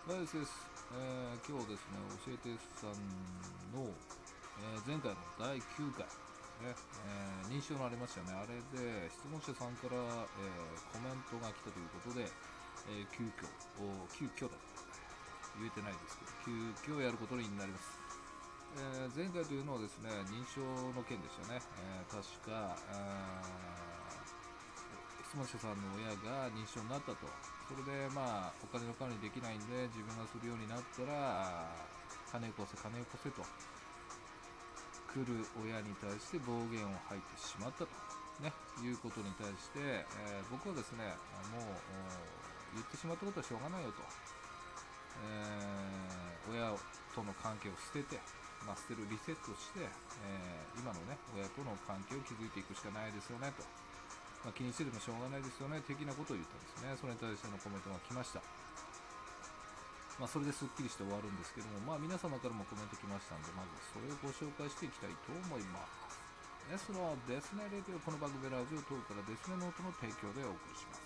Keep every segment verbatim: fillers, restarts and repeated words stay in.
はいですです、えー今日ですね、教えてさんの、えー前回のだいきゅうかい、ねえー認証のありましたよね。あれで質問者さんから、えーコメントが来たということで、えー急遽、お急遽だって言えてないですけど、急遽やることになります。えー前回というのはですね、認証の件でしたね。えー確か、あー質問者さんの親が認知症になったと。それでまあお金の管理できないんで自分がするようになったら、金よこせ金よこせと来る親に対して暴言を吐いてしまったと、ね、いうことに対して、えー僕はですね、もう言ってしまったことはしょうがないよと、えー親との関係を捨てて、まあ、捨てるリセットして、えー今のね親との関係を築いていくしかないですよねと、まあ、気にしてでもしょうがないですよね的なことを言ったんですね。それに対してのコメントが来ました。まあ、それですっきりして終わるんですけども、まあ、皆様からもコメント来ましたんで、まずそれをご紹介していきたいと思います。S のデスネレディオ、この番組ラジオ等からデスネノートの提供でお送りします。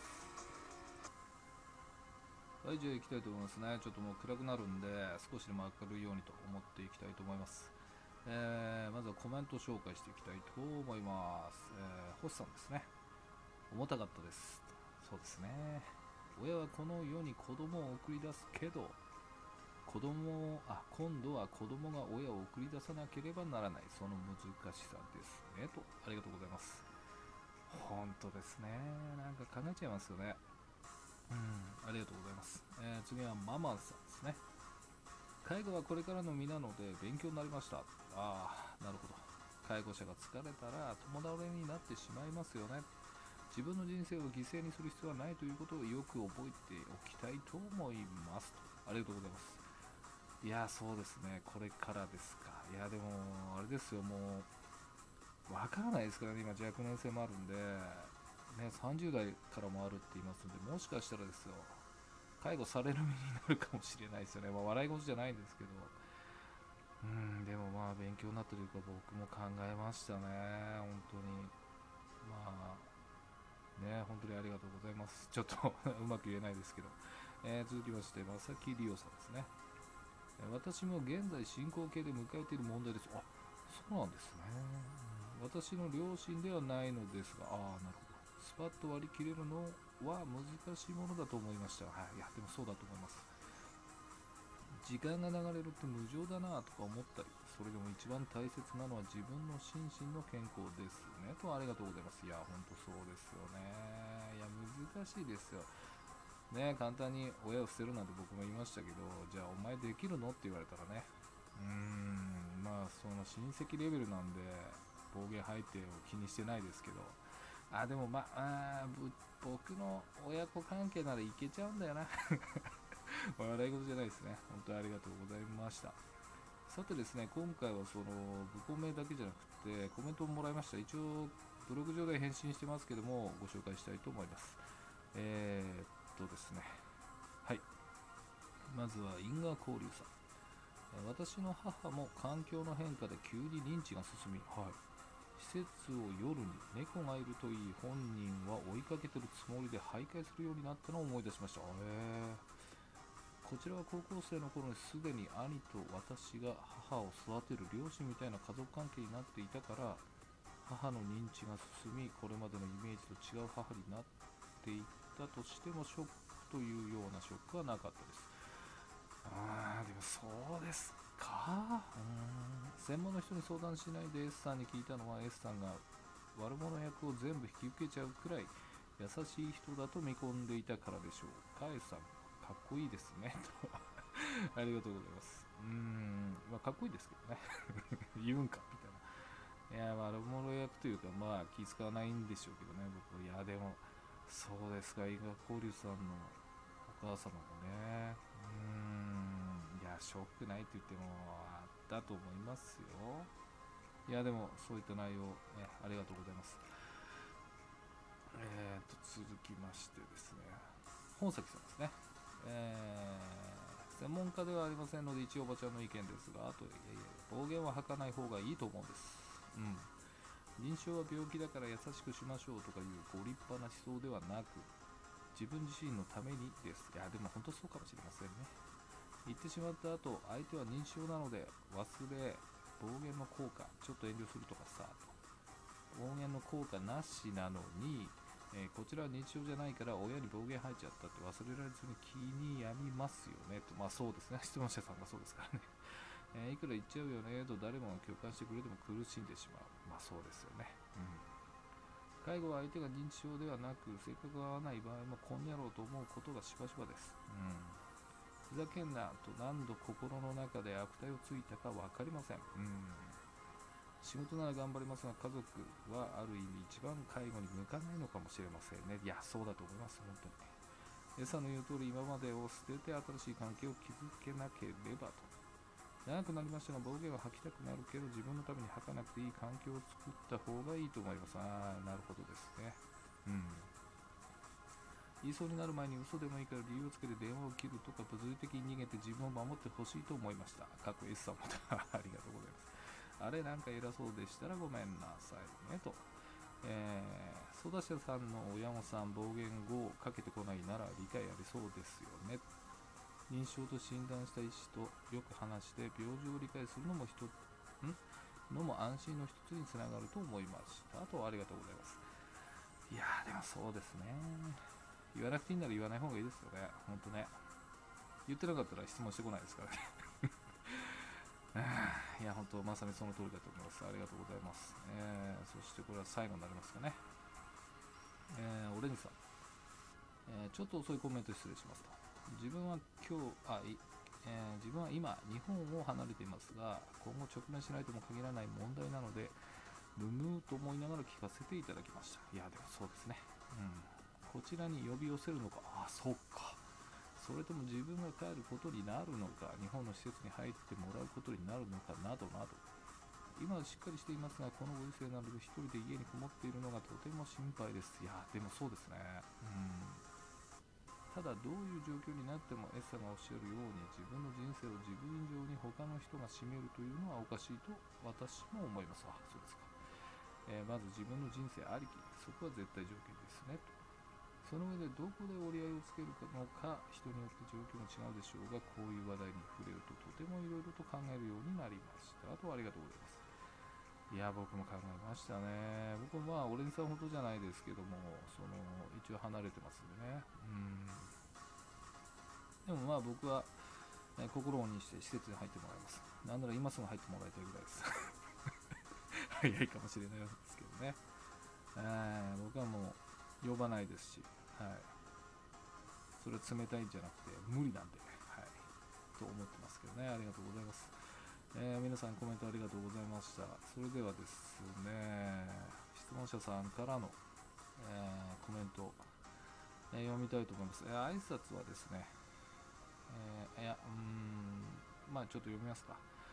はい、じゃあ行きたいと思いますね。ちょっともう暗くなるんで少しでも明るいようにと思っていきたいと思います。えー、まずはコメント紹介していきたいと思います。えー、星さんですね。重たかったです。そうですね。親はこの世に子供を送り出すけど、子供あ今度は子供が親を送り出さなければならない、その難しさですねと。ありがとうございます。本当ですね。なんか考えちゃいますよね。うん、ありがとうございます。えー次はママンさんですね。介護はこれからの身なので勉強になりました。ああ、なるほど。介護者が疲れたら共倒れになってしまいますよね。自分の人生を犠牲にする必要はないということをよく覚えておきたいと思いますと。ありがとうございます。いや、そうですね、これからですか。いや、でもあれですよ、もうわからないですからね。今若年性もあるんで、ね、さんじゅう代からもあるって言いますんで、もしかしたらですよ、介護される身になるかもしれないですよね。まあ、笑い事じゃないんですけど、うん、でもまあ勉強になったというか僕も考えましたね、本当に。まあね、本当にありがとうございます。ちょっとうまく言えないですけど、えー続きまして、まさきりおさんですね。私も現在進行形で迎えている問題です。あ、そうなんですね。私の両親ではないのですが、ああ、なるほど。スパッと割り切れるのは難しいものだと思いました。はい、いや、でもそうだと思います。時間が流れるって無情だなとか思ったり、それでも一番大切なのは自分の心身の健康ですね。と、ありがとうございます。いや、ほんとそうですよね。いや、難しいですよ。ね、簡単に親を捨てるなんて僕も言いましたけど、じゃあお前できるのって言われたらね、うーん、まあその親戚レベルなんで暴言吐いてを気にしてないですけど、あ、でもまあ、あ僕の親子関係ならいけちゃうんだよな。笑い事じゃないですね。本当にありがとうございました。さてですね、今回はそのブコメだけじゃなくてコメントをもらいました。一応ブログ上で返信してますけども、ご紹介したいと思います。えー、っとですね、はい、まずは因果交流さん。私の母も環境の変化で急に認知が進み、はい、施設を夜に猫がいるといい本人は追いかけてるつもりで徘徊するようになったのを思い出しました。へえ。こちらは高校生の頃にすでに兄と私が母を育てる両親みたいな家族関係になっていたから、母の認知が進みこれまでのイメージと違う母になっていったとしてもショックというようなショックはなかったです。あーでもそうですか。うーん、専門の人に相談しないで S さんに聞いたのは S さんが悪者役を全部引き受けちゃうくらい優しい人だと見込んでいたからでしょうか。 S さんかっこいいですねと。ありがとうございます。うーん、まあかっこいいですけどね。言うんかみたいな。いや、悪者役というか、まあ気使わないんでしょうけどね、僕。いや、でもそうですか。伊賀交流さんのお母様もね、うーん、いや、ショックないって言ってもあったと思いますよ。いや、でもそういった内容、ね、ありがとうございます。えーと、続きましてですね、本崎さんですね。えー、専門家ではありませんので、一応おばちゃんの意見ですが、あと、いやいや、暴言は吐かない方がいいと思うんです。うん。認知症は病気だから優しくしましょうとかいうご立派な思想ではなく、自分自身のためにです。いや、でも本当そうかもしれませんね。 言ってしまった後、相手は認知症なので忘れ、暴言の効果、ちょっと遠慮するとかさ、と。暴言の効果なしなのに、えー、こちらは認知症じゃないから親に暴言吐いちゃったって忘れられずに気に病みますよねと。まあそうですね、質問者さんがそうですからね。えー、いくら言っちゃうよねと誰もが共感してくれても苦しんでしまう。まあそうですよね。うん、介護は相手が認知症ではなく性格が合わない場合もこんやろうと思うことがしばしばです。うん、ふざけんなと何度心の中で悪態をついたか分かりません。うん、仕事なら頑張りますが家族はある意味一番介護に向かないのかもしれませんね。いやそうだと思います。本当に。エサの言う通り今までを捨てて新しい関係を築けなければと。長くなりましたが暴言は吐きたくなるけど自分のために吐かなくていい環境を作った方がいいと思います。ああ、なるほどですね。うん。言いそうになる前に嘘でもいいから理由をつけて電話を切るとか物理的に逃げて自分を守ってほしいと思いました。かっこ S さんもありがとうございます。あれなんか偉そうでしたらごめんなさいねと。えー、ソダシャさんの親御さん暴言語をかけてこないなら理解ありそうですよね。認知症と診断した医師とよく話して病状を理解するのも一んのも安心の一つにつながると思いました。あとありがとうございます。いやーでもそうですね。言わなくていいなら言わない方がいいですよね。ほんとね。言ってなかったら質問してこないですからね。いや、本当まさにその通りだと思います。ありがとうございます。えー、そしてこれは最後になりますかね。えー、オレンジさん、えー、ちょっと遅いコメント失礼しますと。自分は今日、あ、いえー、自分は今、日本を離れていますが、今後直面しないとも限らない問題なので、むむーと思いながら聞かせていただきました。いや、でもそうですね。うん。こちらに呼び寄せるのか、あ、そうか。それとも自分が帰ることになるのか、日本の施設に入ってもらうことになるのかなどなど。今はしっかりしていますが、このご時世なので一人で家にこもっているのがとても心配です。いや、でもそうですね。うん。ただどういう状況になってもエッサがおっしゃるように自分の人生を自分以上に他の人が占めるというのはおかしいと私も思います。あ、そうですか。えー、まず自分の人生ありき、そこは絶対条件ですねと。その上でどこで折り合いをつけるのか人によって状況も違うでしょうが、こういう話題に触れるととてもいろいろと考えるようになりました。あとはありがとうございます。いや、僕も考えましたね。僕もまあオレンジさんほどじゃないですけども、その一応離れてますんでね。うん。でもまあ僕は、ね、心を鬼にして施設に入ってもらいます。なんなら今すぐ入ってもらいたいぐらいです。早いかもしれないですけどね。えー、僕はもう呼ばないですし、はい。それは冷たいんじゃなくて無理なんで、はい。と思ってますけどね。ありがとうございます。えー、皆さんコメントありがとうございました。それではですね、質問者さんからの、えー、コメント、えー、読みたいと思います。えー、挨拶はですね、えー、いや、うーん、まあちょっと読みますか。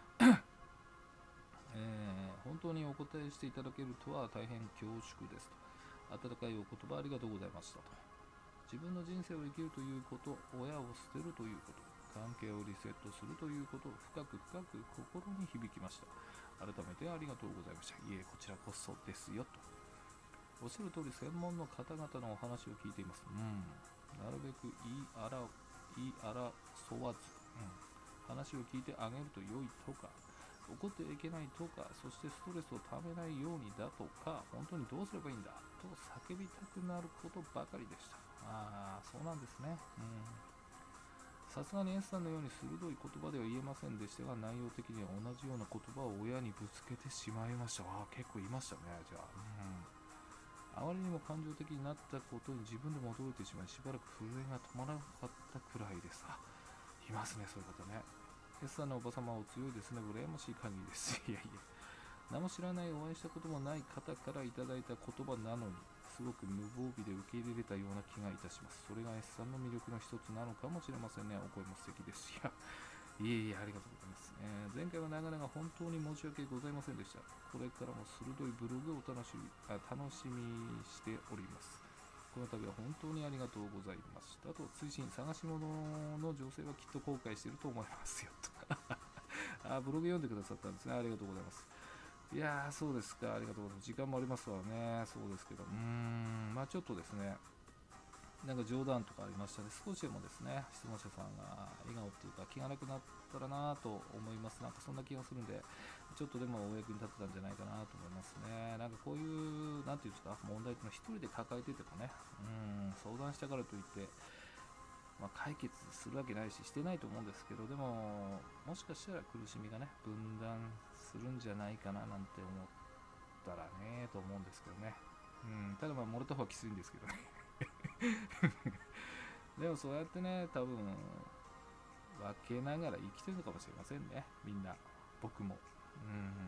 えー、本当にお答えしていただけるとは大変恐縮ですと。温かいお言葉ありがとうございましたと。自分の人生を生きるということ、親を捨てるということ、関係をリセットするということ、深く深く心に響きました。改めてありがとうございました。いえ、こちらこそですよと。おっしゃる通り、専門の方々のお話を聞いています。うん。なるべく言い争言い争わず、うん、話を聞いてあげると良いとか、怒ってはいけないとか、そしてストレスをためないようにだとか、本当にどうすればいいんだと叫びたくなることばかりでした。ああ、そうなんですね。うん。さすがに S さんのように鋭い言葉では言えませんでしたが、内容的には同じような言葉を親にぶつけてしまいました。ああ、結構いましたね、じゃあ。うん。あまりにも感情的になったことに自分でも驚いてしまい、しばらく震えが止まらなかったくらいです。あ、いますね、そういう方ね。S さんのおば様はお強いですね。羨ましい限りです。いやいや。何も知らない、お会いしたこともない方からいただいた言葉なのに、すごく無防備で受け入れれたような気がいたします。それが S さんの魅力の一つなのかもしれませんね。お声も素敵ですし。いえいえ、ありがとうございます。えー、前回はなかなか本当に申し訳ございませんでした。これからも鋭いブログを楽しみあ楽しみにしております。この度は本当にありがとうございました。あと、追伸、探し物の女性はきっと後悔していると思いますよ。とあ、ブログ読んでくださったんですね。ありがとうございます。いやー、そうですか。ありがとうございます。時間もありますわね。そうですけど。うーん、まあちょっとですね。 なんか冗談とかありましたね。少しでもですね、質問者さんが笑顔っていうか気がなくなったらなと思います。なんかそんな気がするんで、ちょっとでもお役に立てたんじゃないかなと思いますね。なんかこういう、なんていうんですか、問題っていうのは一人で抱えててもね、うん、相談したからといって、まあ、解決するわけないし、してないと思うんですけど、でも、もしかしたら苦しみがね、分断するんじゃないかななんて思ったらね、と思うんですけどね。うん、ただまあ、もろた方はきついんですけどね。でもそうやってね、多分、分けながら生きてるのかもしれませんね、みんな。僕も。うん、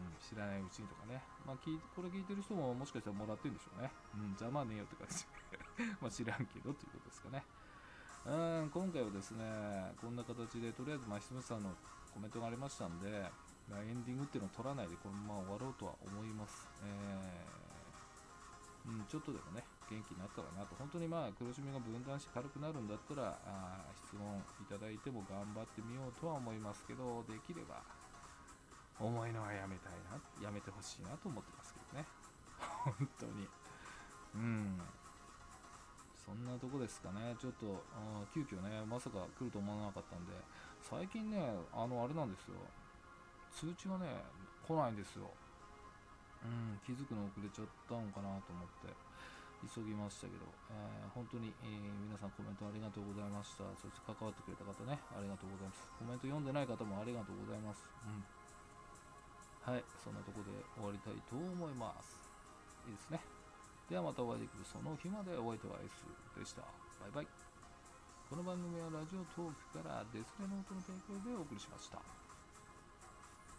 知らないうちにとかね。まあ、聞いこれ聞いてる人ももしかしたらもらってるんでしょうね。うん、邪魔ねえよって感じ。まあ知らんけどということですかね。うん、今回はですね、こんな形で、とりあえず、まあ、ひつむさんのコメントがありましたんで、まあ、エンディングっていうのを取らないで、このまま終わろうとは思います。えー、うん、ちょっとでもね、元気になったらなと、本当にまあ、苦しみが分断して軽くなるんだったら、あ質問いただいても頑張ってみようとは思いますけど、できれば、重いのはやめたいな、やめてほしいなと思ってますけどね。本当に。うん。そんなとこですかね。ちょっと、あ急遽ね、まさか来ると思わなかったんで、最近ね、あの、あれなんですよ。通知がね、来ないんですよ。うん、気づくの遅れちゃったのかなと思って、急ぎましたけど、えー本当に、えー皆さんコメントありがとうございました。そして関わってくれた方ね、ありがとうございます。コメント読んでない方もありがとうございます。うん。はい、そんなとこで終わりたいと思います。いいですね。ではまたお会いできるその日まで。お相手は S でした。バイバイ。この番組はラジオトークからデスレノートの提供でお送りしました。